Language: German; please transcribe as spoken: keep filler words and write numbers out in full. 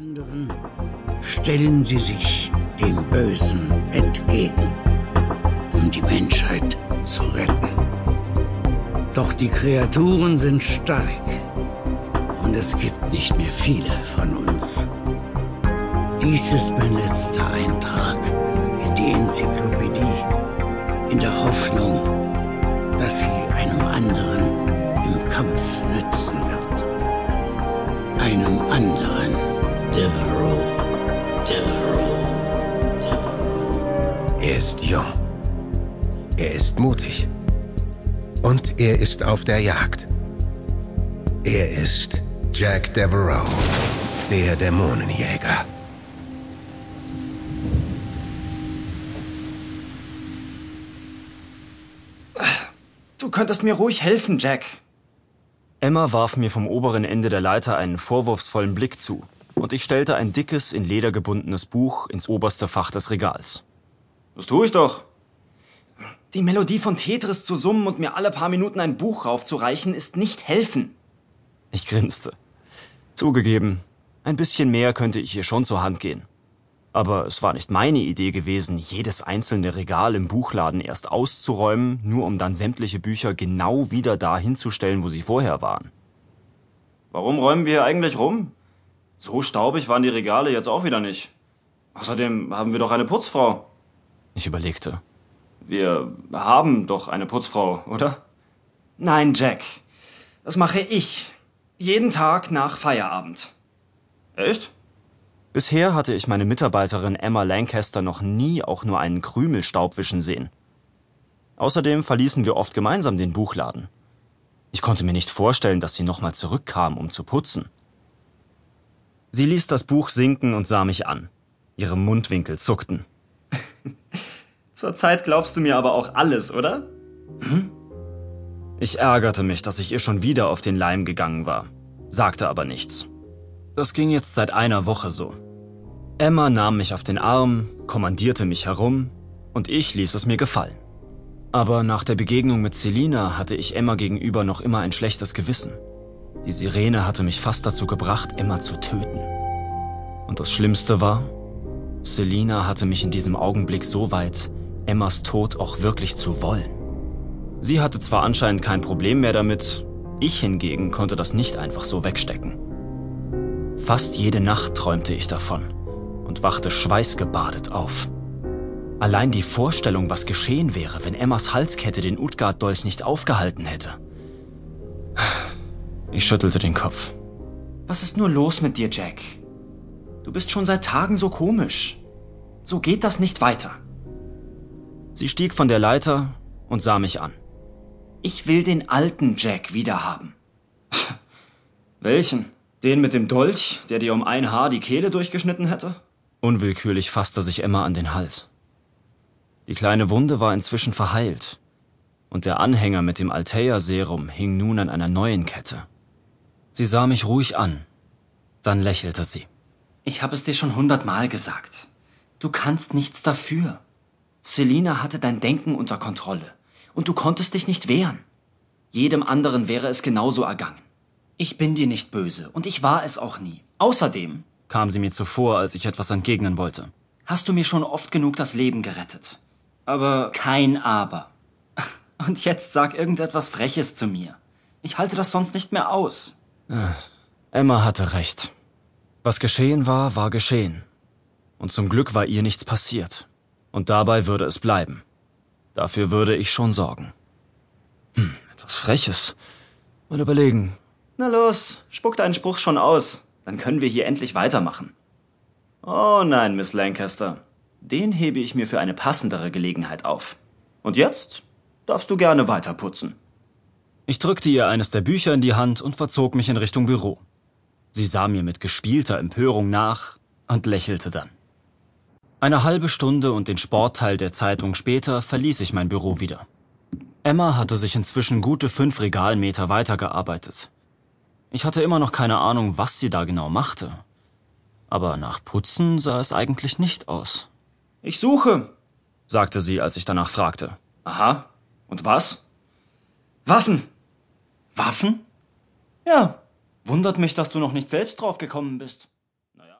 anderen stellen sie sich dem Bösen entgegen, um die Menschheit zu retten. Doch die Kreaturen sind stark und es gibt nicht mehr viele von uns. Dies ist mein letzter Eintrag in die Enzyklopädie, in der Hoffnung, dass sie einem anderen im Kampf nützen wird. Einem anderen Devereaux. Devereaux. Devereaux. Er ist jung. Er ist mutig. Und er ist auf der Jagd. Er ist Jack Devereaux, der Dämonenjäger. Du könntest mir ruhig helfen, Jack. Emma warf mir vom oberen Ende der Leiter einen vorwurfsvollen Blick zu, und ich stellte ein dickes, in Leder gebundenes Buch ins oberste Fach des Regals. Das tue ich doch. Die Melodie von Tetris zu summen und mir alle paar Minuten ein Buch raufzureichen, ist nicht helfen. Ich grinste. Zugegeben, ein bisschen mehr könnte ich ihr schon zur Hand gehen. Aber es war nicht meine Idee gewesen, jedes einzelne Regal im Buchladen erst auszuräumen, nur um dann sämtliche Bücher genau wieder da hinzustellen, wo sie vorher waren. Warum räumen wir hier eigentlich rum? So staubig waren die Regale jetzt auch wieder nicht. Außerdem haben wir doch eine Putzfrau. Ich überlegte. Wir haben doch eine Putzfrau, oder? Nein, Jack. Das mache ich. Jeden Tag nach Feierabend. Echt? Bisher hatte ich meine Mitarbeiterin Emma Lancaster noch nie auch nur einen Krümel Staub wischen sehen. Außerdem verließen wir oft gemeinsam den Buchladen. Ich konnte mir nicht vorstellen, dass sie nochmal zurückkam, um zu putzen. Sie ließ das Buch sinken und sah mich an. Ihre Mundwinkel zuckten. Zurzeit glaubst du mir aber auch alles, oder? Hm? Ich ärgerte mich, dass ich ihr schon wieder auf den Leim gegangen war, sagte aber nichts. Das ging jetzt seit einer Woche so. Emma nahm mich auf den Arm, kommandierte mich herum und ich ließ es mir gefallen. Aber nach der Begegnung mit Selina hatte ich Emma gegenüber noch immer ein schlechtes Gewissen. Die Sirene hatte mich fast dazu gebracht, Emma zu töten. Und das Schlimmste war, Selina hatte mich in diesem Augenblick so weit, Emmas Tod auch wirklich zu wollen. Sie hatte zwar anscheinend kein Problem mehr damit, ich hingegen konnte das nicht einfach so wegstecken. Fast jede Nacht träumte ich davon und wachte schweißgebadet auf. Allein die Vorstellung, was geschehen wäre, wenn Emmas Halskette den Utgard-Dolch nicht aufgehalten hätte. Ich schüttelte den Kopf. Was ist nur los mit dir, Jack? Du bist schon seit Tagen so komisch. So geht das nicht weiter. Sie stieg von der Leiter und sah mich an. Ich will den alten Jack wiederhaben. Welchen? Den mit dem Dolch, der dir um ein Haar die Kehle durchgeschnitten hätte? Unwillkürlich fasste sich Emma an den Hals. Die kleine Wunde war inzwischen verheilt und der Anhänger mit dem Althea-Serum hing nun an einer neuen Kette. Sie sah mich ruhig an, dann lächelte sie. Ich habe es dir schon hundertmal gesagt. Du kannst nichts dafür. Selina hatte dein Denken unter Kontrolle und du konntest dich nicht wehren. Jedem anderen wäre es genauso ergangen. Ich bin dir nicht böse und ich war es auch nie. Außerdem, kam sie mir zuvor, als ich etwas entgegnen wollte, hast du mir schon oft genug das Leben gerettet. Aber kein Aber. Und jetzt sag irgendetwas Freches zu mir. Ich halte das sonst nicht mehr aus. Emma hatte recht. Was geschehen war, war geschehen. Und zum Glück war ihr nichts passiert. Und dabei würde es bleiben. Dafür würde ich schon sorgen. Hm, etwas Freches. Mal überlegen. Na los, spuck deinen Spruch schon aus. Dann können wir hier endlich weitermachen. Oh nein, Miss Lancaster. Den hebe ich mir für eine passendere Gelegenheit auf. Und jetzt darfst du gerne weiterputzen. Ich drückte ihr eines der Bücher in die Hand und verzog mich in Richtung Büro. Sie sah mir mit gespielter Empörung nach und lächelte dann. Eine halbe Stunde und den Sportteil der Zeitung später verließ ich mein Büro wieder. Emma hatte sich inzwischen gute fünf Regalmeter weitergearbeitet. Ich hatte immer noch keine Ahnung, was sie da genau machte. Aber nach Putzen sah es eigentlich nicht aus. Ich suche, sagte sie, als ich danach fragte. Aha, und was? Waffen. Waffen? Ja, wundert mich, dass du noch nicht selbst drauf gekommen bist.